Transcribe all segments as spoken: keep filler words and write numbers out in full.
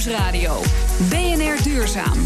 Nieuwsradio. B N R Duurzaam.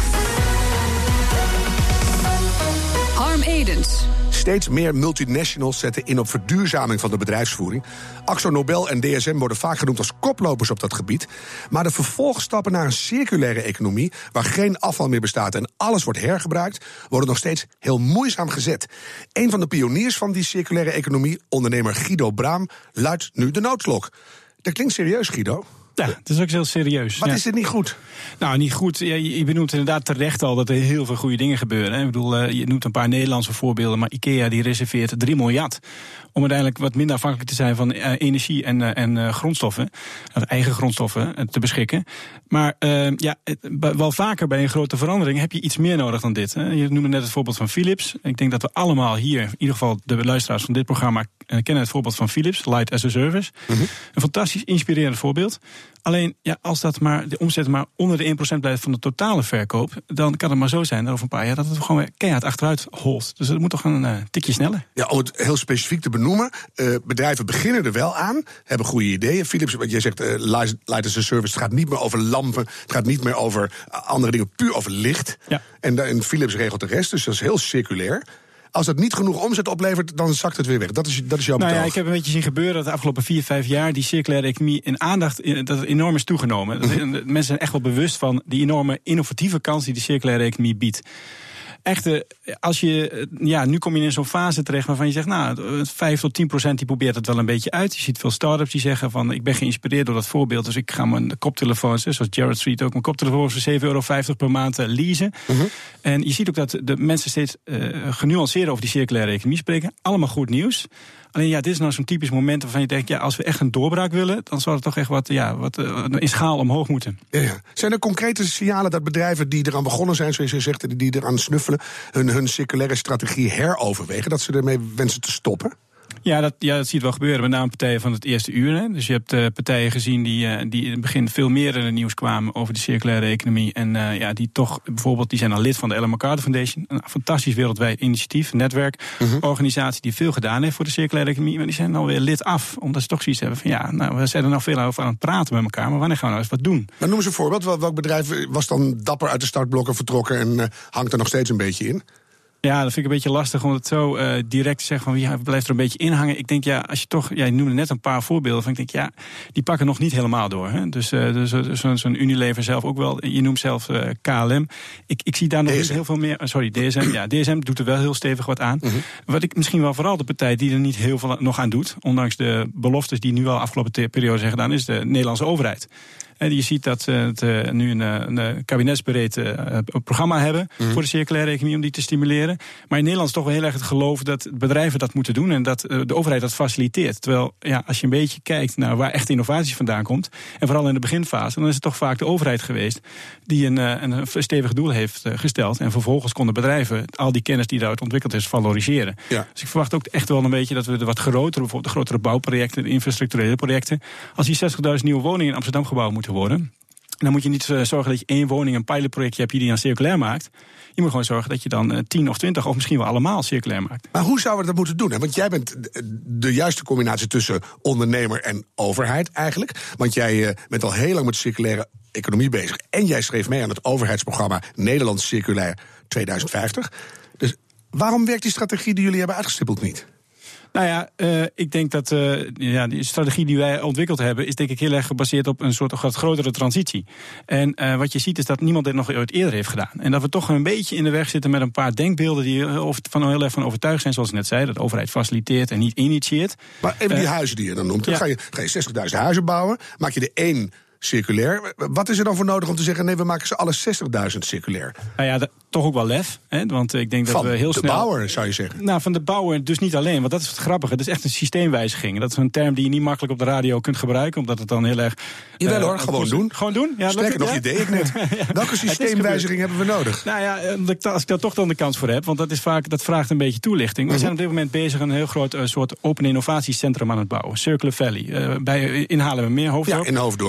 Harm Edens. Steeds meer multinationals zetten in op verduurzaming van de bedrijfsvoering. AkzoNobel en D S M worden vaak genoemd als koplopers op dat gebied. Maar de vervolgstappen naar een circulaire economie, waar geen afval meer bestaat en alles wordt hergebruikt, worden nog steeds heel moeizaam gezet. Een van de pioniers van die circulaire economie, ondernemer Guido Braam, luidt nu de noodklok. Dat klinkt serieus, Guido. Ja, het is ook heel serieus. Wat ja. is dit niet goed? Nou, niet goed. Ja, je benoemt inderdaad terecht al dat er heel veel goede dingen gebeuren. Hè. Ik bedoel, je noemt een paar Nederlandse voorbeelden, maar IKEA die reserveert drie miljard... om uiteindelijk wat minder afhankelijk te zijn van uh, energie en, uh, en uh, grondstoffen, uh, eigen grondstoffen uh, te beschikken. Maar uh, ja, het, wel vaker bij een grote verandering heb je iets meer nodig dan dit. Hè. Je noemde net het voorbeeld van Philips. Ik denk dat we allemaal hier, in ieder geval de luisteraars van dit programma, uh, kennen het voorbeeld van Philips, Light as a Service. Mm-hmm. Een fantastisch inspirerend voorbeeld. Alleen, ja, als dat maar, de omzet maar onder de één procent blijft van de totale verkoop, dan kan het maar zo zijn dat over een paar jaar dat het gewoon weer keihard achteruit holt. Dus het moet toch een uh, tikje sneller. Ja, om het heel specifiek te benoemen, uh, bedrijven beginnen er wel aan, hebben goede ideeën. Philips, wat jij zegt, uh, Light as a Service, het gaat niet meer over lampen, het gaat niet meer over andere dingen, puur over licht. Ja. En, en Philips regelt de rest, dus dat is heel circulair. Als dat niet genoeg omzet oplevert, dan zakt het weer weg. Dat is, dat is jouw betoog. Nou ja, ik heb een beetje zien gebeuren dat de afgelopen vier, vijf jaar die circulaire economie in aandacht dat het enorm is toegenomen. Mm-hmm. Mensen zijn echt wel bewust van die enorme innovatieve kans die de circulaire economie biedt. Echt, als je, ja, nu kom je in zo'n fase terecht waarvan je zegt, nou, vijf tot tien procent die probeert het wel een beetje uit. Je ziet veel start-ups die zeggen van, ik ben geïnspireerd door dat voorbeeld, dus ik ga mijn koptelefoons, zoals Jared Street ook, mijn koptelefoons voor zeven euro vijftig per maand leasen. Mm-hmm. En je ziet ook dat de mensen steeds uh, genuanceerder over die circulaire economie spreken. Allemaal goed nieuws. Alleen ja, dit is nou zo'n typisch moment waarvan je denkt, ja, als we echt een doorbraak willen, dan zou het toch echt wat, ja, wat uh, in schaal omhoog moeten. Ja, ja. Zijn er concrete signalen dat bedrijven die eraan begonnen zijn, zoals je zegt, die eraan snuffelen, hun, hun circulaire strategie heroverwegen, dat ze ermee wensen te stoppen? Ja, dat, ja, dat zie je wel gebeuren, met name partijen van het eerste uur. Hè. Dus je hebt uh, partijen gezien die, uh, die in het begin veel meer in het nieuws kwamen over de circulaire economie. En uh, ja, die toch bijvoorbeeld, die zijn al lid van de Ellen MacArthur Foundation. Een fantastisch wereldwijd initiatief, netwerk, uh-huh. organisatie die veel gedaan heeft voor de circulaire economie. Maar die zijn alweer lid af, omdat ze toch zoiets hebben van, ja, nou, we zijn er nou veel over aan het praten met elkaar, maar wanneer gaan we nou eens wat doen? Maar noem eens een voorbeeld, welk bedrijf was dan dapper uit de startblokken vertrokken en uh, hangt er nog steeds een beetje in? Ja, dat vind ik een beetje lastig om het zo uh, direct te zeggen van wie blijft er een beetje in hangen. Ik denk, ja, als je toch, ja, je noemde net een paar voorbeelden van, ik denk, ja, die pakken nog niet helemaal door. Hè? Dus, uh, dus, dus zo'n, zo'n Unilever zelf ook wel. Je noemt zelf uh, K L M. Ik, ik zie daar nog niet heel veel meer. Uh, sorry, D S M. Ja, D S M doet er wel heel stevig wat aan. Uh-huh. Wat ik misschien wel vooral de partij die er niet heel veel nog aan doet, ondanks de beloftes die nu wel afgelopen te- periode zijn gedaan, is de Nederlandse overheid. En je ziet dat ze het, uh, nu een, een kabinetsbreed uh, programma hebben mm. voor de circulaire economie om die te stimuleren. Maar in Nederland is toch wel heel erg het geloof dat bedrijven dat moeten doen en dat uh, de overheid dat faciliteert. Terwijl, ja, als je een beetje kijkt naar waar echt innovatie vandaan komt, en vooral in de beginfase, dan is het toch vaak de overheid geweest die een, uh, een stevig doel heeft uh, gesteld. En vervolgens konden bedrijven al die kennis die daaruit ontwikkeld is valoriseren. Ja. Dus ik verwacht ook echt wel een beetje dat we de wat grotere, bijvoorbeeld de grotere bouwprojecten, de infrastructurele projecten, als die zestigduizend nieuwe woningen in Amsterdam gebouwd moeten worden, dan moet je niet uh, zorgen dat je één woning, een pilotprojectje hebt die dan circulair maakt. Je moet gewoon zorgen dat je dan uh, tien of twintig of misschien wel allemaal circulair maakt. Maar hoe zouden we dat moeten doen? Hè? Want jij bent de juiste combinatie tussen ondernemer en overheid eigenlijk. Want jij uh, bent al heel lang met de circulaire economie bezig. En jij schreef mee aan het overheidsprogramma Nederland Circulair tweeduizend vijftig. Dus waarom werkt die strategie die jullie hebben uitgestippeld niet? Nou ja, uh, ik denk dat uh, ja, die strategie die wij ontwikkeld hebben is denk ik heel erg gebaseerd op een soort wat grotere transitie. En uh, wat je ziet is dat niemand dit nog ooit eerder heeft gedaan. En dat we toch een beetje in de weg zitten met een paar denkbeelden die er van heel erg van overtuigd zijn, zoals ik net zei, dat de overheid faciliteert en niet initieert. Maar even die uh, huizen die je dan noemt, dan ja. ga je, ga je zestigduizend huizen bouwen, maak je er één circulair. Wat is er dan voor nodig om te zeggen, nee, we maken ze alle zestigduizend circulair? Nou ja, dat, toch ook wel lef. Hè, want ik denk dat van we heel de snel. Van de bouwer, zou je zeggen? Nou, van de bouwer dus niet alleen. Want dat is het grappige. Het is echt een systeemwijziging. Dat is een term die je niet makkelijk op de radio kunt gebruiken. Omdat het dan heel erg. Jawel uh, hoor, gewoon doen. Gewoon doen? Ja, sterker nog, je deed ik net. ja. Welke systeemwijziging hebben we nodig? Nou ja, als ik daar toch dan de kans voor heb. Want dat, is vaak, dat vraagt een beetje toelichting. We uh-huh. zijn op dit moment bezig een heel groot uh, soort open innovatiecentrum aan het bouwen. Circular Valley. Uh, bij, in Haarlemmermeer, Hoofddorp. Ja, in Hoofddorp. Ja.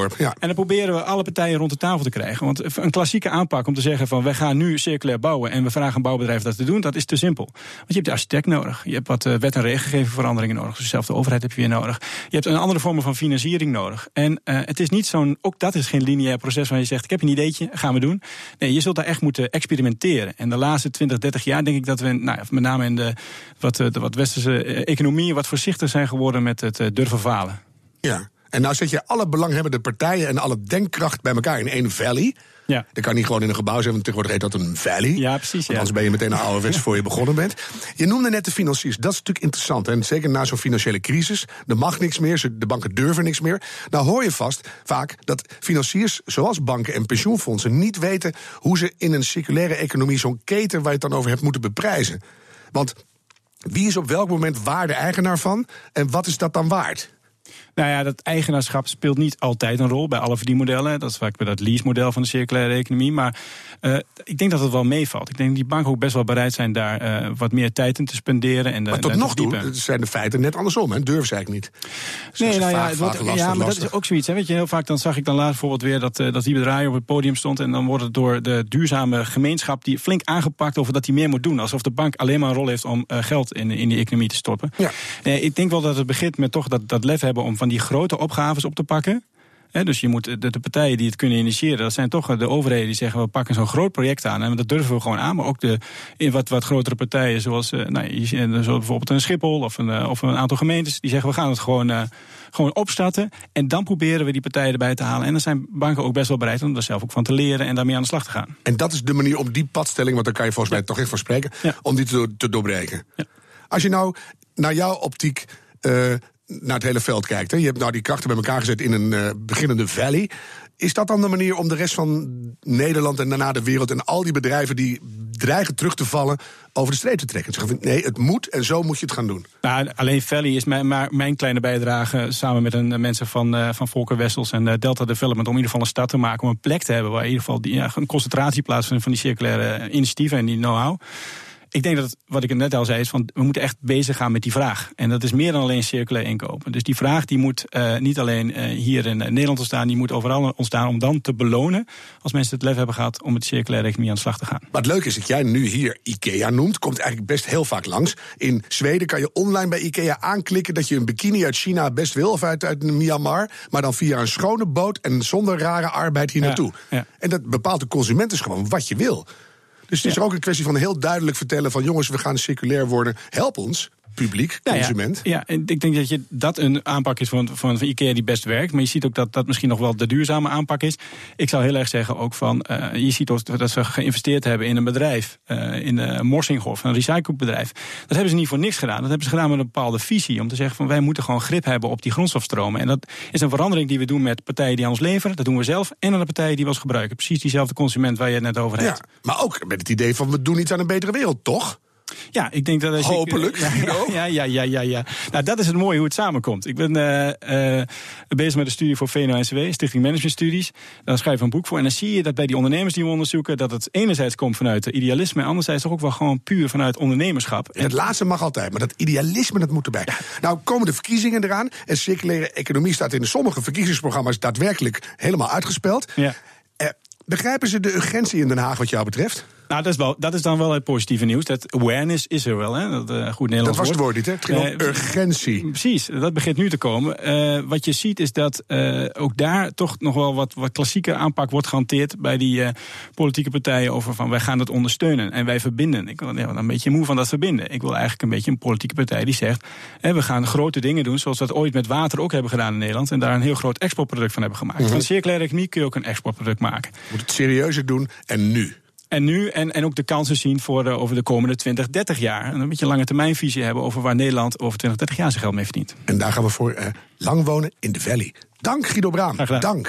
dan proberen we alle partijen rond de tafel te krijgen. Want een klassieke aanpak om te zeggen van wij gaan nu circulair bouwen en we vragen een bouwbedrijf dat te doen, dat is te simpel. Want je hebt de architect nodig. Je hebt wat uh, wet- en regelgevingsveranderingen nodig. Dus dezelfde overheid heb je weer nodig. Je hebt een andere vorm van financiering nodig. En uh, het is niet zo'n, ook dat is geen lineair proces waar je zegt ik heb een ideetje, gaan we doen. Nee, je zult daar echt moeten experimenteren. En de laatste twintig, dertig jaar denk ik dat we, nou, met name in de wat, de wat westerse economieën, wat voorzichtig zijn geworden met het uh, durven falen. Ja, en nou zet je alle belanghebbende partijen en alle denkkracht bij elkaar in één valley. Ja. Dat kan niet gewoon in een gebouw zijn, want tegenwoordig heet dat een valley. Ja, precies. Want ja. anders ben je meteen een ouderwets voor je begonnen bent. Je noemde net de financiers. Dat is natuurlijk interessant. En zeker na zo'n financiële crisis. Er mag niks meer, de banken durven niks meer. Nou hoor je vast vaak dat financiers, zoals banken en pensioenfondsen, niet weten hoe ze in een circulaire economie zo'n keten waar je het dan over hebt moeten beprijzen. Want wie is op welk moment waarde-eigenaar van en wat is dat dan waard? Nou ja, dat eigenaarschap speelt niet altijd een rol bij alle verdienmodellen. Dat is vaak bij dat lease-model van de circulaire economie. Maar uh, ik denk dat het wel meevalt. Ik denk dat die banken ook best wel bereid zijn daar uh, wat meer tijd in te spenderen. En de, maar tot en nog toe zijn de feiten net andersom. Hè? Durven ze eigenlijk niet. Dus nee, nou ja, vaag, wordt, lastig, ja, maar lastig. dat is ook zoiets. Hè. Weet je, heel vaak dan zag ik dan laatst bijvoorbeeld weer dat, uh, dat die bedrijf op het podium stond. En dan wordt het door de duurzame gemeenschap die flink aangepakt over dat hij meer moet doen. Alsof de bank alleen maar een rol heeft om uh, geld in, in die economie te stoppen. Ja. Nee, ik denk wel dat het begint met toch dat, dat lef hebben om van die grote opgaven op te pakken. He, dus je moet de, de partijen die het kunnen initiëren, dat zijn toch de overheden die zeggen we pakken zo'n groot project aan en dat durven we gewoon aan. Maar ook de in wat, wat grotere partijen zoals, uh, nou, je, zoals bijvoorbeeld een Schiphol of een, uh, of een aantal gemeentes die zeggen we gaan het gewoon, uh, gewoon opstarten en dan proberen we die partijen erbij te halen. En dan zijn banken ook best wel bereid om er zelf ook van te leren en daarmee aan de slag te gaan. En dat is de manier om die padstelling, want daar kan je volgens mij ja. toch echt van spreken, ja. om die te, te doorbreken. Ja. Als je nou naar jouw optiek Uh, naar het hele veld kijkt. Hè. Je hebt nou die krachten bij elkaar gezet in een uh, beginnende valley. Is dat dan de manier om de rest van Nederland en daarna de wereld en al die bedrijven die dreigen terug te vallen over de streep te trekken? Zeggen nee, het moet en zo moet je het gaan doen. Nou, alleen valley is mijn, maar mijn kleine bijdrage samen met een, mensen van, uh, van Volker Wessels en uh, Delta Development om in ieder geval een stad te maken, om een plek te hebben waar in ieder geval die, ja, een concentratieplaats van, van die circulaire initiatieven en die know-how. Ik denk dat, wat ik net al zei, is van we moeten echt bezig gaan met die vraag. En dat is meer dan alleen circulair inkopen. Dus die vraag die moet uh, niet alleen uh, hier in Nederland ontstaan, die moet overal ontstaan om dan te belonen, als mensen het lef hebben gehad, om met de circulaire economie aan de slag te gaan. Maar het leuke is dat jij nu hier IKEA noemt, komt eigenlijk best heel vaak langs. In Zweden kan je online bij IKEA aanklikken dat je een bikini uit China best wil, of uit, uit Myanmar, maar dan via een schone boot en zonder rare arbeid hier naartoe. Ja, ja. En dat bepaalt de consument dus gewoon wat je wil. Dus het is ja. er ook een kwestie van heel duidelijk vertellen van jongens, we gaan circulair worden. Help ons, publiek, consument. Ja, ja, en ik denk dat je dat een aanpak is van, van, van IKEA die best werkt. Maar je ziet ook dat dat misschien nog wel de duurzame aanpak is. Ik zou heel erg zeggen ook van, uh, je ziet ook dat ze geïnvesteerd hebben in een bedrijf, uh, in uh, Morsinghoff, een recyclebedrijf. Dat hebben ze niet voor niks gedaan. Dat hebben ze gedaan met een bepaalde visie. Om te zeggen van wij moeten gewoon grip hebben op die grondstofstromen. En dat is een verandering die we doen met partijen die aan ons leveren. Dat doen we zelf. En aan de partijen die we ons gebruiken. Precies diezelfde consument waar je het net over hebt. Ja, maar ook met het idee van we doen iets aan een betere wereld, toch? Ja, ik denk dat als hopelijk. Ik, uh, ja, ja, ja, ja, ja. Nou, dat is het mooie hoe het samenkomt. Ik ben uh, uh, bezig met een studie voor V N O N C W, Stichting Management Studies. Daar schrijf ik een boek voor. En dan zie je dat bij die ondernemers die we onderzoeken, dat het enerzijds komt vanuit de idealisme en anderzijds toch ook wel gewoon puur vanuit ondernemerschap. En het laatste mag altijd, maar dat idealisme, dat moet erbij. Ja. Nou komen de verkiezingen eraan en circulaire economie staat in sommige verkiezingsprogramma's daadwerkelijk helemaal uitgespeld. Ja. Uh, begrijpen ze de urgentie in Den Haag wat jou betreft? Nou, dat is, wel, dat is dan wel het positieve nieuws. Dat awareness is er wel, hè? Dat, uh, goed Nederlands dat was woord. het woord niet, hè? Het ging om uh, urgentie. Precies, dat begint nu te komen. Uh, wat je ziet is dat uh, ook daar toch nog wel wat, wat klassieke aanpak wordt gehanteerd bij die uh, politieke partijen over van wij gaan het ondersteunen en wij verbinden. Ik wil ja, een beetje moe van dat verbinden. Ik wil eigenlijk een beetje een politieke partij die zegt hè, we gaan grote dingen doen zoals we dat ooit met water ook hebben gedaan in Nederland en daar een heel groot exportproduct van hebben gemaakt. Mm-hmm. Van circulaire economie kun je ook een exportproduct maken. Je moet het serieuzer doen en nu. En nu, en, en ook de kansen zien voor de, over de komende twintig, dertig jaar. En een beetje lange termijnvisie hebben over waar Nederland over twintig, dertig jaar zijn geld mee verdient. En daar gaan we voor uh, lang wonen in de Valley. Dank Guido Braam. Dank.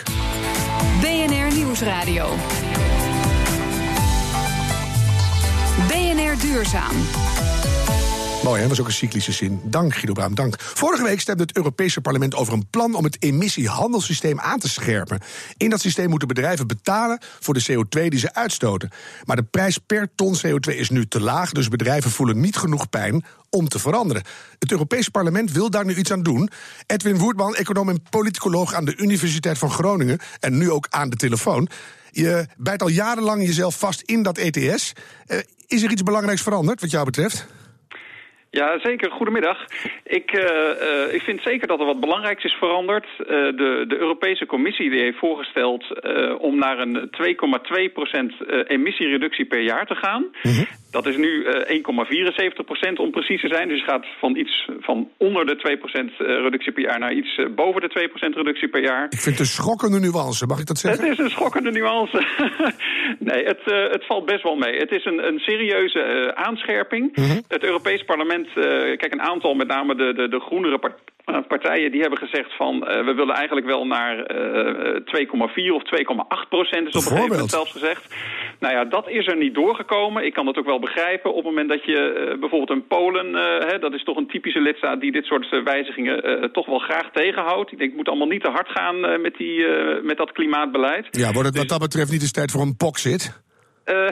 B N R Nieuwsradio. B N R Duurzaam. Mooi, hè? Was ook een cyclische zin. Dank, Guido Bruin, dank. Vorige week stemde het Europese parlement over een plan om het emissiehandelssysteem aan te scherpen. In dat systeem moeten bedrijven betalen voor de C O twee die ze uitstoten. Maar de prijs per ton C O twee is nu te laag, dus bedrijven voelen niet genoeg pijn om te veranderen. Het Europese parlement wil daar nu iets aan doen. Edwin Woerdman, econoom en politicoloog aan de Universiteit van Groningen en nu ook aan de telefoon. Je bijt al jarenlang jezelf vast in dat E T S. Uh, is er iets belangrijks veranderd wat jou betreft? Ja, zeker. Goedemiddag. Ik, uh, uh, ik vind zeker dat er wat belangrijks is veranderd. Uh, de, de Europese Commissie die heeft voorgesteld uh, om naar een twee komma twee procent uh, emissiereductie per jaar te gaan. Mm-hmm. Dat is nu uh, één komma vierenzeventig procent om precies te zijn. Dus het gaat van iets van onder de twee procent reductie per jaar naar iets uh, boven de twee procent reductie per jaar. Ik vind het een schokkende nuance, mag ik dat zeggen? Het is een schokkende nuance. Nee, het, uh, het valt best wel mee. Het is een, een serieuze uh, aanscherping. Mm-hmm. Het Europees Parlement, uh, kijk, een aantal, met name de, de, de groenere partijen, partijen die hebben gezegd van uh, we willen eigenlijk wel naar uh, twee komma vier of twee komma acht procent is op een gegeven moment zelfs gezegd. Nou ja, dat is er niet doorgekomen. Ik kan dat ook wel begrijpen. Op het moment dat je uh, bijvoorbeeld in Polen, uh, hè, dat is toch een typische lidstaat die dit soort uh, wijzigingen uh, toch wel graag tegenhoudt. Ik denk, het moet allemaal niet te hard gaan uh, met, die, uh, met dat klimaatbeleid. Ja, wordt het dus wat dat betreft niet eens tijd voor een poxit? Uh,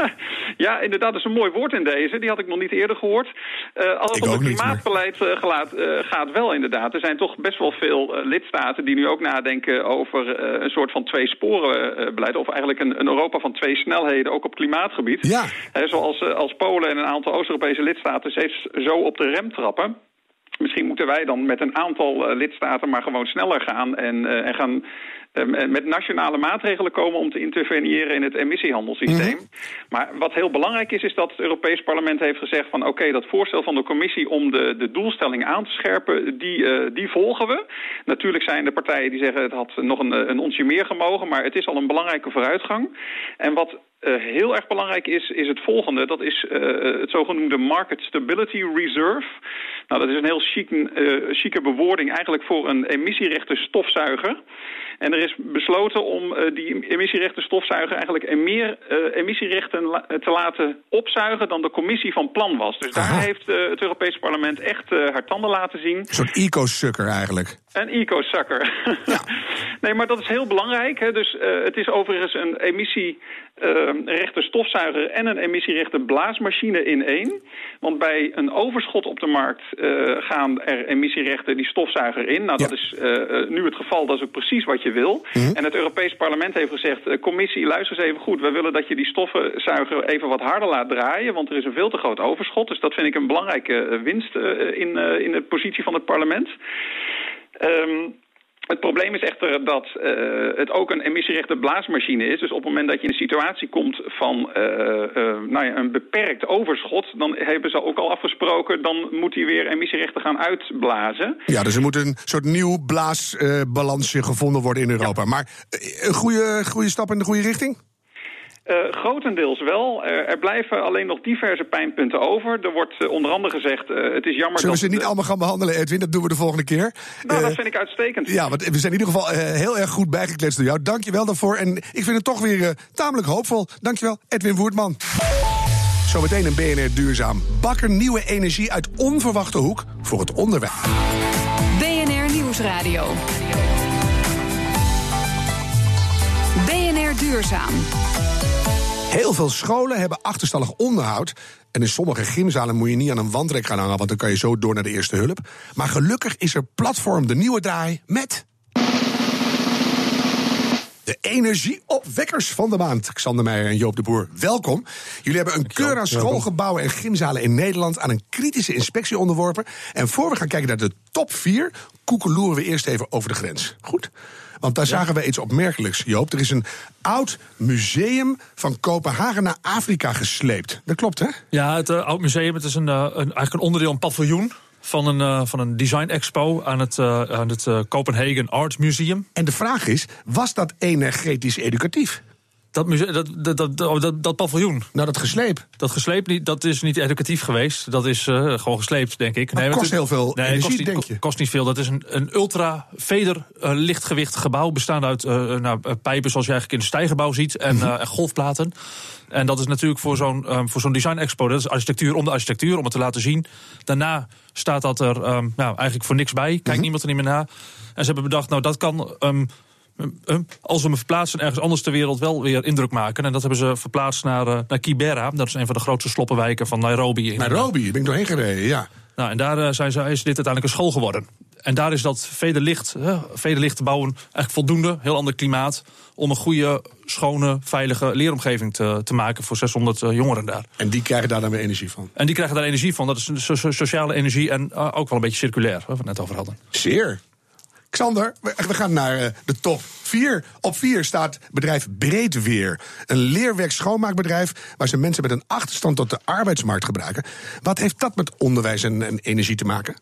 ja, inderdaad, dat is een mooi woord in deze. Die had ik nog niet eerder gehoord. Uh, als het om het klimaatbeleid uh, gelaat, uh, gaat wel inderdaad. Er zijn toch best wel veel uh, lidstaten die nu ook nadenken over uh, een soort van twee-sporen uh, beleid. Of eigenlijk een, een Europa van twee snelheden, ook op klimaatgebied. Ja. Uh, zoals uh, als Polen en een aantal Oost-Europese lidstaten steeds zo op de rem trappen. Misschien moeten wij dan met een aantal uh, lidstaten maar gewoon sneller gaan en, uh, en gaan met nationale maatregelen komen om te interveneren in het emissiehandelssysteem. Mm-hmm. Maar wat heel belangrijk is, is dat het Europees Parlement heeft gezegd van oké, okay, dat voorstel van de Commissie om de, de doelstelling aan te scherpen, die, uh, die volgen we. Natuurlijk zijn er partijen die zeggen het had nog een, een onsje meer gemogen, maar het is al een belangrijke vooruitgang. En wat Uh, heel erg belangrijk is, is het volgende. Dat is uh, het zogenoemde Market Stability Reserve. Nou, dat is een heel chic, uh, chique bewoording eigenlijk voor een emissierechten stofzuiger. En er is besloten om uh, die emissierechten stofzuiger eigenlijk meer uh, emissierechten la- te laten opzuigen dan de Commissie van plan was. Dus Aha. daar heeft uh, het Europees Parlement echt uh, haar tanden laten zien. Een soort eco-sucker eigenlijk. Een eco-sucker. Ja. Nee, maar dat is heel belangrijk. Hè. Dus uh, het is overigens een emissie Uh, rechte stofzuiger en een emissierechte blaasmachine in één. Want bij een overschot op de markt uh, gaan er emissierechten die stofzuiger in. Nou, ja. dat is uh, nu het geval. Dat is ook precies wat je wil. Mm-hmm. En het Europees Parlement heeft gezegd, uh, commissie, luister eens even goed. We willen dat je die stofzuiger even wat harder laat draaien. Want er is een veel te groot overschot. Dus dat vind ik een belangrijke uh, winst uh, in, uh, in de positie van het parlement. Um, Het probleem is echter dat uh, het ook een emissierechte blaasmachine is. Dus op het moment dat je in een situatie komt van uh, uh, nou ja, een beperkt overschot, dan hebben ze ook al afgesproken, dan moet hij weer emissierechten gaan uitblazen. Ja, dus er moet een soort nieuw blaasbalansje uh, gevonden worden in Europa. Ja. Maar uh, een goede, goede stap in de goede richting? Uh, grotendeels wel. Uh, er blijven alleen nog diverse pijnpunten over. Er wordt uh, onder andere gezegd, uh, het is jammer. Zullen we ze dat, niet uh, allemaal gaan behandelen, Edwin? Dat doen we de volgende keer. Nou, uh, dat vind ik uitstekend. Ja, want we zijn in ieder geval uh, heel erg goed bijgekletst door jou. Dank je wel daarvoor. En ik vind het toch weer uh, tamelijk hoopvol. Dank je wel, Edwin Woerdman. Zometeen een B N R Duurzaam. Bakker nieuwe energie uit onverwachte hoek voor het onderwijs. B N R Nieuwsradio. B N R Duurzaam. Heel veel scholen hebben achterstallig onderhoud. En in sommige gymzalen moet je niet aan een wandrek gaan hangen, want dan kan je zo door naar de eerste hulp. Maar gelukkig is er platform De Nieuwe Draai met de energieopwekkers van de maand. Xander Meijer en Joop de Boer, welkom. Jullie hebben een keur aan schoolgebouwen en gymzalen in Nederland aan een kritische inspectie onderworpen. En voor we gaan kijken naar de top vier, koekeloeren we eerst even over de grens. Goed? Want daar ja. zagen we iets opmerkelijks, Joop. Er is een oud museum van Kopenhagen naar Afrika gesleept. Dat klopt, hè? Ja, het uh, oud museum, het is een, uh, een, eigenlijk een onderdeel, een paviljoen van een, uh, van een design expo aan het, uh, aan het uh, Copenhagen Art Museum. En de vraag is, was dat energetisch educatief? Dat, muze- dat, dat, dat, dat, dat paviljoen. Nou, dat gesleep. Dat gesleept, niet, dat is niet educatief geweest. Dat is uh, gewoon gesleept, denk ik. Maar het nee, kost het, heel veel nee, energie, kost niet, denk je? kost niet veel. Dat is een, een ultra-veder uh, lichtgewicht gebouw. Bestaande uit uh, nou, pijpen zoals je eigenlijk in een stijgebouw ziet. En, uh, en golfplaten. En dat is natuurlijk voor zo'n, um, voor zo'n design expo. Dat is architectuur om de architectuur, om het te laten zien. Daarna staat dat er um, nou, eigenlijk voor niks bij. Kijkt mm-hmm. niemand er niet meer naar. En ze hebben bedacht, nou dat kan... Um, als we me verplaatsen ergens anders ter wereld wel weer indruk maken. En dat hebben ze verplaatst naar, uh, naar Kibera. Dat is een van de grootste sloppenwijken van Nairobi. In Nairobi, daar ben ik doorheen gereden, ja. Nou, en daar uh, zijn ze, is dit uiteindelijk een school geworden. En daar is dat vederlicht, uh, vederlicht te bouwen eigenlijk voldoende. Heel ander klimaat. Om een goede, schone, veilige leeromgeving te, te maken voor zeshonderd uh, jongeren daar. En die krijgen daar dan weer energie van? En die krijgen daar energie van. Dat is so- so- sociale energie en uh, ook wel een beetje circulair, waar we het net over hadden. Zeer. Xander, we gaan naar uh, de top vier. Op vier staat bedrijf Breedweer. Een leerwerk schoonmaakbedrijf waar ze mensen met een achterstand tot de arbeidsmarkt gebruiken. Wat heeft dat met onderwijs en, en energie te maken?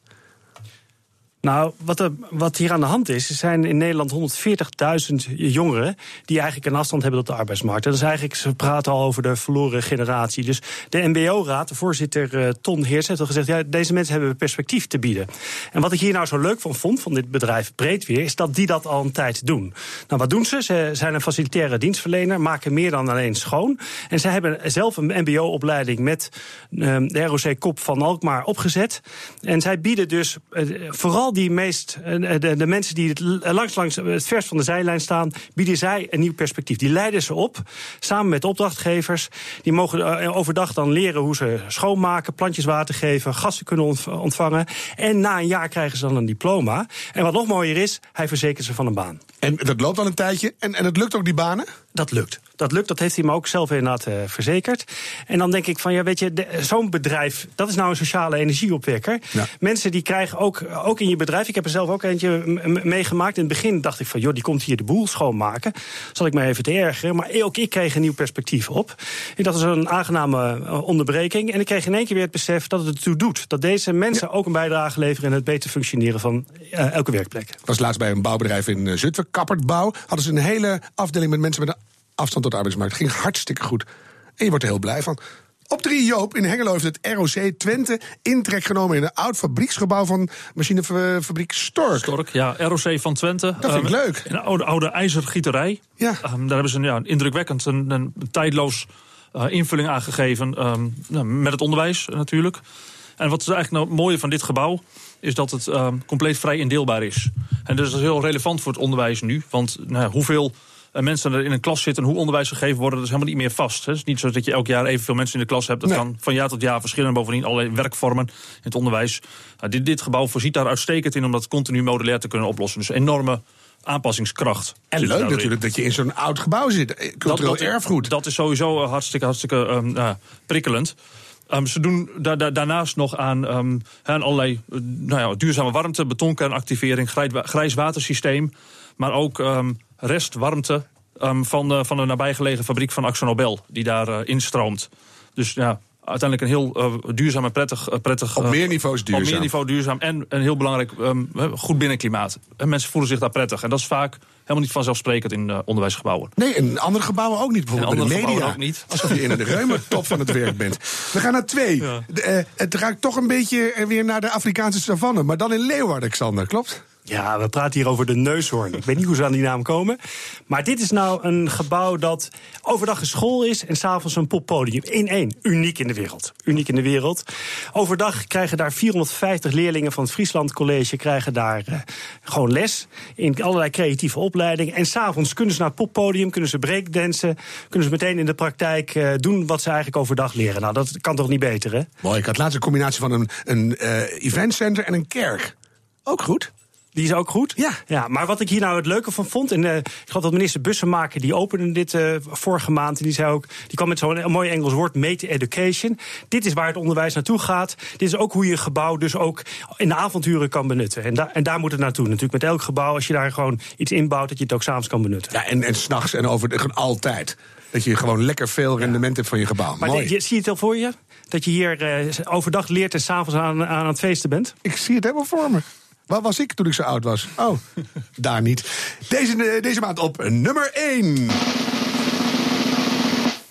Nou, wat, er, wat hier aan de hand is, er zijn in Nederland honderdveertigduizend jongeren die eigenlijk een afstand hebben tot de arbeidsmarkt. Dat is eigenlijk, ze praten al over de verloren generatie. Dus de M B O-raad, de voorzitter uh, Ton Heers, heeft al gezegd, ja, deze mensen hebben perspectief te bieden. En wat ik hier nou zo leuk van vond, van dit bedrijf Breedweer, is dat die dat al een tijd doen. Nou, wat doen ze? Ze zijn een facilitaire dienstverlener, maken meer dan alleen schoon. En ze hebben zelf een M B O-opleiding met uh, de R O C-kop van Alkmaar opgezet. En zij bieden dus uh, vooral die meest, de, de mensen die het langs, langs het vers van de zijlijn staan, bieden zij een nieuw perspectief. Die leiden ze op, samen met opdrachtgevers. Die mogen overdag dan leren hoe ze schoonmaken, plantjes water geven, gasten kunnen ontvangen. En na een jaar krijgen ze dan een diploma. En wat nog mooier is, hij verzekert ze van een baan. En dat loopt al een tijdje. En, en het lukt ook, die banen? Dat lukt. Dat lukt, dat heeft hij me ook zelf inderdaad uh, verzekerd. En dan denk ik van, ja, weet je, de, zo'n bedrijf, dat is nou een sociale energieopwekker. Ja. Mensen die krijgen ook, ook in je bedrijf, ik heb er zelf ook eentje m- meegemaakt. In het begin dacht ik van, joh, die komt hier de boel schoonmaken. Zal ik me even te ergeren. Maar ook ik kreeg een nieuw perspectief op. Ik dacht, dat is een aangename uh, onderbreking. En ik kreeg in één keer weer het besef dat het ertoe doet. Dat deze mensen ja. ook een bijdrage leveren in het beter functioneren van uh, elke werkplek. Ik was laatst bij een bouwbedrijf in uh, Zutphen, Kappertbouw. Hadden ze een hele afdeling met mensen met een afstand tot de arbeidsmarkt. Ging hartstikke goed. En je wordt er heel blij van. Op drie, Joop, in Hengelo heeft het R O C Twente intrek genomen in een oud fabrieksgebouw van machinefabriek Stork. Stork, ja, R O C van Twente. Dat vind ik um, leuk. Een oude, oude ijzergieterij. Ja. Um, daar hebben ze ja, indrukwekkend een, een tijdloos uh, invulling aangegeven. Um, nou, met het onderwijs natuurlijk. En wat is eigenlijk nou mooie van dit gebouw is dat het um, compleet vrij indeelbaar is. En dus dat is heel relevant voor het onderwijs nu. Want nou, hoeveel mensen er in een klas zitten en hoe onderwijs gegeven worden, dat is helemaal niet meer vast. Het is niet zo dat je elk jaar evenveel mensen in de klas hebt. Dat nee. kan van jaar tot jaar verschillen. Bovendien allerlei werkvormen in het onderwijs. Nou, dit, dit gebouw voorziet daar uitstekend in om dat continu modulair te kunnen oplossen. Dus enorme aanpassingskracht. En leuk natuurlijk dat je in zo'n oud gebouw zit. Cultureel dat, dat, erfgoed. Dat is sowieso hartstikke, hartstikke um, nou, prikkelend. Um, ze doen da- da- daarnaast nog aan, um, aan allerlei uh, nou ja, duurzame warmte, betonkernactivering, grijs watersysteem. Maar ook um, restwarmte um, van, uh, van de nabijgelegen fabriek van AkzoNobel, die daar uh, instroomt. Dus ja, uiteindelijk een heel uh, duurzaam en prettig... Uh, prettig op meer niveaus duurzaam. Op meer niveau duurzaam en een heel belangrijk um, goed binnenklimaat. En mensen voelen zich daar prettig. En dat is vaak helemaal niet vanzelfsprekend in uh, onderwijsgebouwen. Nee, en andere gebouwen ook niet. Bijvoorbeeld in de media. Ook niet. Alsof je in de ruime top van het werk bent. We gaan naar twee. Ja. De, uh, het raakt toch een beetje weer naar de Afrikaanse savanne. Maar dan in Leeuwarden, Xander, klopt? Ja, we praten hier over de neushoorn. Ik weet niet hoe ze aan die naam komen. Maar dit is nou een gebouw dat overdag een school is en s'avonds een poppodium. In één. Uniek in de wereld. Uniek in de wereld. Overdag krijgen daar vierhonderdvijftig leerlingen van het Friesland College krijgen daar uh, gewoon les in allerlei creatieve opleidingen. En s'avonds kunnen ze naar het poppodium, kunnen ze breakdansen, kunnen ze meteen in de praktijk uh, doen wat ze eigenlijk overdag leren. Nou, dat kan toch niet beter, hè? Mooi, ik had laatst een combinatie van een, een uh, eventcenter en een kerk. Ook goed. Die is ook goed? Ja. ja. Maar wat ik hier nou het leuke van vond, en uh, ik geloof dat minister Bussemaker, die opende dit uh, vorige maand, en die zei ook, die kwam met zo'n mooi Engels woord, mate education. Dit is waar het onderwijs naartoe gaat. Dit is ook hoe je gebouw dus ook in de avonturen kan benutten. En, da- en daar moet het naartoe natuurlijk. Met elk gebouw, als je daar gewoon iets inbouwt, dat je het ook 's avonds kan benutten. Ja, en, en 's nachts en over gewoon altijd. Dat je gewoon lekker veel rendement ja. hebt van je gebouw. Maar mooi. De, je, zie je het al voor je? Dat je hier uh, overdag leert en 's avonds aan, aan het feesten bent? Ik zie het helemaal voor me. Waar was ik toen ik zo oud was? Oh, daar niet. Deze, deze maand op nummer één.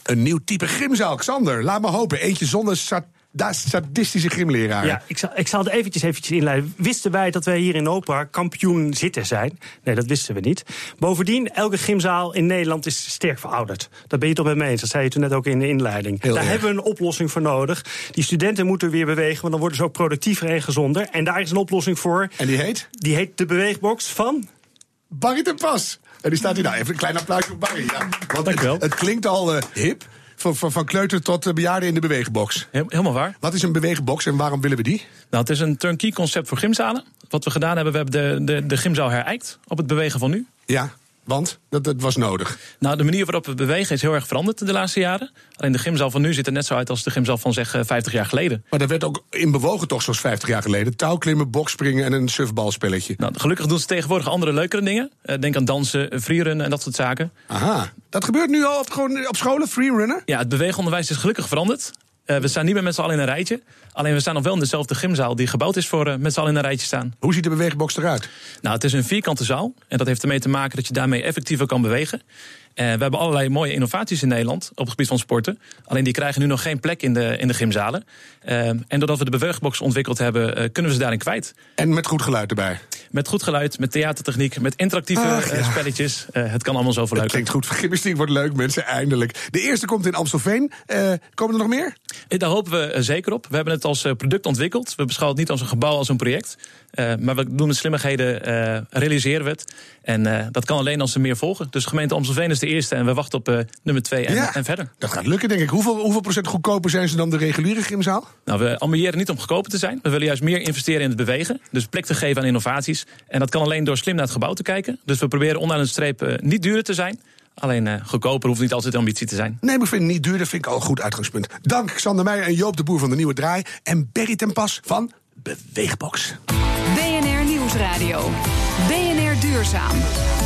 Een nieuw type gymzaal, Xander. Laat me hopen. Eentje zonder sat- sadistische gymleraar. Ja, ik zal, ik zal het eventjes, eventjes inleiden. Wisten wij dat wij hier in Opa kampioen zitten zijn? Nee, dat wisten we niet. Bovendien, elke gymzaal in Nederland is sterk verouderd. Dat ben je toch met me eens? Dat zei je toen net ook in de inleiding. Heel Daar erg. hebben we een oplossing voor nodig. Die studenten moeten weer bewegen, want dan worden ze ook productiever en gezonder. En daar is een oplossing voor. En die heet? Die heet de beweegbox van... Barry ten Pas. En die staat hier nou. Even een klein applaus voor Barry. Ja. Want Dank u wel. het, het klinkt al uh, hip. Van, van, van kleuter tot uh, bejaarden in de beweegbox. He- helemaal waar. Wat is een beweegbox en waarom willen we die? Nou, het is een turnkey concept voor gymzalen. Wat we gedaan hebben, we hebben de, de, de gymzaal herijkt op het bewegen van nu. Ja, want dat, dat was nodig. Nou, de manier waarop we bewegen is heel erg veranderd de laatste jaren. Alleen de gymzaal van nu ziet er net zo uit als de gymzaal van zeg vijftig jaar geleden. Maar dat werd ook in bewogen toch zoals vijftig jaar geleden. Touwklimmen, bokspringen en een surfbalspelletje. Nou, gelukkig doen ze tegenwoordig andere leukere dingen. Uh, denk aan dansen, freerunnen en dat soort zaken. Aha, dat gebeurt nu al op, gewoon op scholen, freerunner? Ja, het beweegonderwijs is gelukkig veranderd. Uh, we staan niet meer met z'n allen in een rijtje. Alleen we staan nog wel in dezelfde gymzaal die gebouwd is voor uh, met z'n allen in een rijtje staan. Hoe ziet de beweegbox eruit? Nou, het is een vierkante zaal. En dat heeft ermee te maken dat je daarmee effectiever kan bewegen. Uh, we hebben allerlei mooie innovaties in Nederland op het gebied van sporten. Alleen die krijgen nu nog geen plek in de, in de gymzalen. Uh, en doordat we de beweegbox ontwikkeld hebben, uh, kunnen we ze daarin kwijt. En met goed geluid erbij? Met goed geluid, met theatertechniek, met interactieve Ach, ja. uh, spelletjes. Uh, het kan allemaal zoveel Dat leuker. klinkt goed. Gymnastiek wordt leuk, mensen, eindelijk. De eerste komt in Amstelveen. Uh, komen er nog meer? Uh, daar hopen we uh, zeker op. We hebben het als uh, product ontwikkeld. We beschouwen het niet als een gebouw, als een project. Uh, maar we doen de slimmigheden, uh, realiseren we het. En uh, dat kan alleen als er meer volgen. Dus gemeente Amstelveen is de eerste en we wachten op uh, nummer twee en, Ja, en verder. Dat gaat lukken, denk ik. Hoeveel, hoeveel procent goedkoper zijn ze dan de reguliere gymzaal? Nou, we ambiëren niet om goedkoper te zijn. We willen juist meer investeren in het bewegen. Dus plek te geven aan innovaties. En dat kan alleen door slim naar het gebouw te kijken. Dus we proberen onderaan de streep uh, niet duurder te zijn. Alleen uh, goedkoper hoeft niet altijd de ambitie te zijn. Nee, maar ik vind het niet duur. Dat vind ik al een goed uitgangspunt. Dank Xander Meijer en Joop de Boer van de Nieuwe Draai. En Barry ten Pas van Beweegbox. B N R Nieuwsradio. B N R Duurzaam.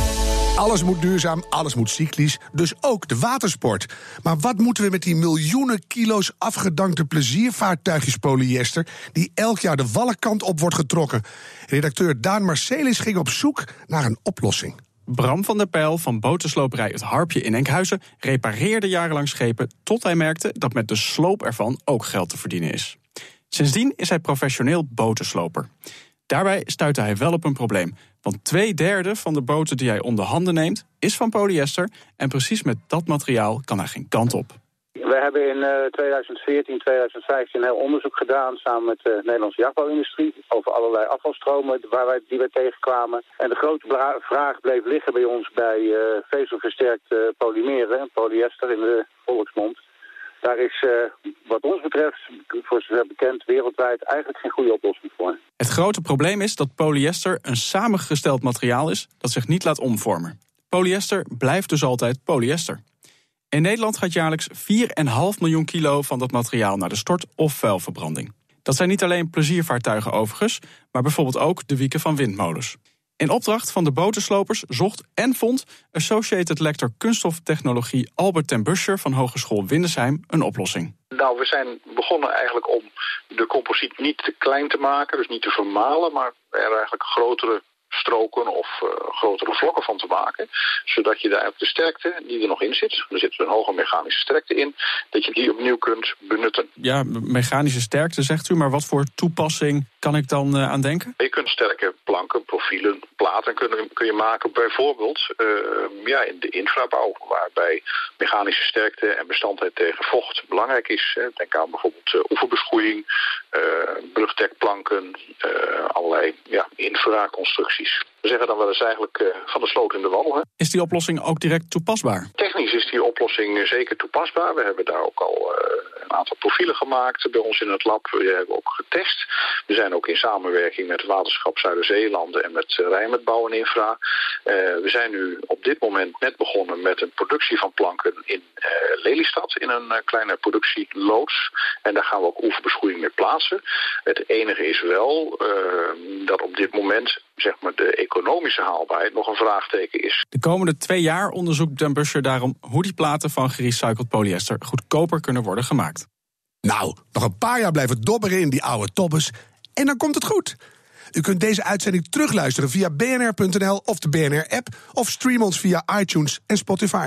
Alles moet duurzaam, alles moet cyclisch, dus ook de watersport. Maar wat moeten we met die miljoenen kilo's afgedankte pleziervaartuigjes polyester die elk jaar de wallenkant op wordt getrokken? Redacteur Daan Marcelis ging op zoek naar een oplossing. Bram van der Pijl van botensloperij Het Harpje in Enkhuizen repareerde jarenlang schepen tot hij merkte dat met de sloop ervan ook geld te verdienen is. Sindsdien is hij professioneel botensloper. Daarbij stuitte hij wel op een probleem. Want twee derde van de boten die hij onder handen neemt is van polyester. En precies met dat materiaal kan hij geen kant op. We hebben in uh, tweeduizend veertien, tweeduizend vijftien een heel onderzoek gedaan samen met de Nederlandse jachtbouwindustrie over allerlei afvalstromen waar wij, die we tegenkwamen. En de grote bra- vraag bleef liggen bij ons bij uh, vezelversterkte polymeren, polyester in de volksmond. Daar is uh, wat ons betreft, voor zover bekend, wereldwijd eigenlijk geen goede oplossing voor. Het grote probleem is dat polyester een samengesteld materiaal is dat zich niet laat omvormen. Polyester blijft dus altijd polyester. In Nederland gaat jaarlijks vier komma vijf miljoen kilo van dat materiaal naar de stort- of vuilverbranding. Dat zijn niet alleen pleziervaartuigen overigens, maar bijvoorbeeld ook de wieken van windmolens. In opdracht van de botenslopers zocht en vond Associated Lector Kunststoftechnologie Albert ten Buscher van Hogeschool Windesheim een oplossing. Nou, we zijn begonnen eigenlijk om de composiet niet te klein te maken, dus niet te vermalen, maar er eigenlijk grotere stroken of uh, grotere vlokken van te maken. Zodat je daar ook de sterkte die er nog in zit, er zit een hoge mechanische sterkte in, dat je die opnieuw kunt benutten. Ja, mechanische sterkte zegt u, maar wat voor toepassing kan ik dan uh, aan denken? Je kunt sterke planken, profielen, platen kun, kun je maken. Bijvoorbeeld uh, ja, in de infrabouw, waarbij mechanische sterkte en bestanddheid tegen vocht belangrijk is. Denk aan bijvoorbeeld uh, oeverbeschoeiing, uh, brugdekplanken, uh, allerlei ja, infraconstructies. We zeggen dan wel eens eigenlijk uh, van de sloot in de wal. Hè. Is die oplossing ook direct toepasbaar? Technisch is die oplossing zeker toepasbaar. We hebben daar ook al uh, een aantal profielen gemaakt bij ons in het lab. We hebben ook getest. We zijn ook in samenwerking met het waterschap Zuider-Zeelanden en met uh, Rijnmerdbouw en Infra. Uh, we zijn nu op dit moment net begonnen met een productie van planken in uh, Lelystad, in een uh, kleine productieloods. En daar gaan we ook oeverbeschoeiing mee plaatsen. Het enige is wel uh, dat op dit moment zeg maar de economische haalbaarheid nog een vraagteken is. De komende twee jaar onderzoekt Den Buscher daarom hoe die platen van gerecycled polyester goedkoper kunnen worden gemaakt. Nou, nog een paar jaar blijven dobberen in die oude tobbes en dan komt het goed. U kunt deze uitzending terugluisteren via b n r punt n l of de B N R-app of stream ons via iTunes en Spotify.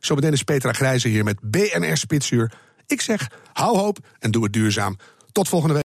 Zometeen is Petra Grijze hier met B N R Spitsuur. Ik zeg, hou hoop en doe het duurzaam. Tot volgende week.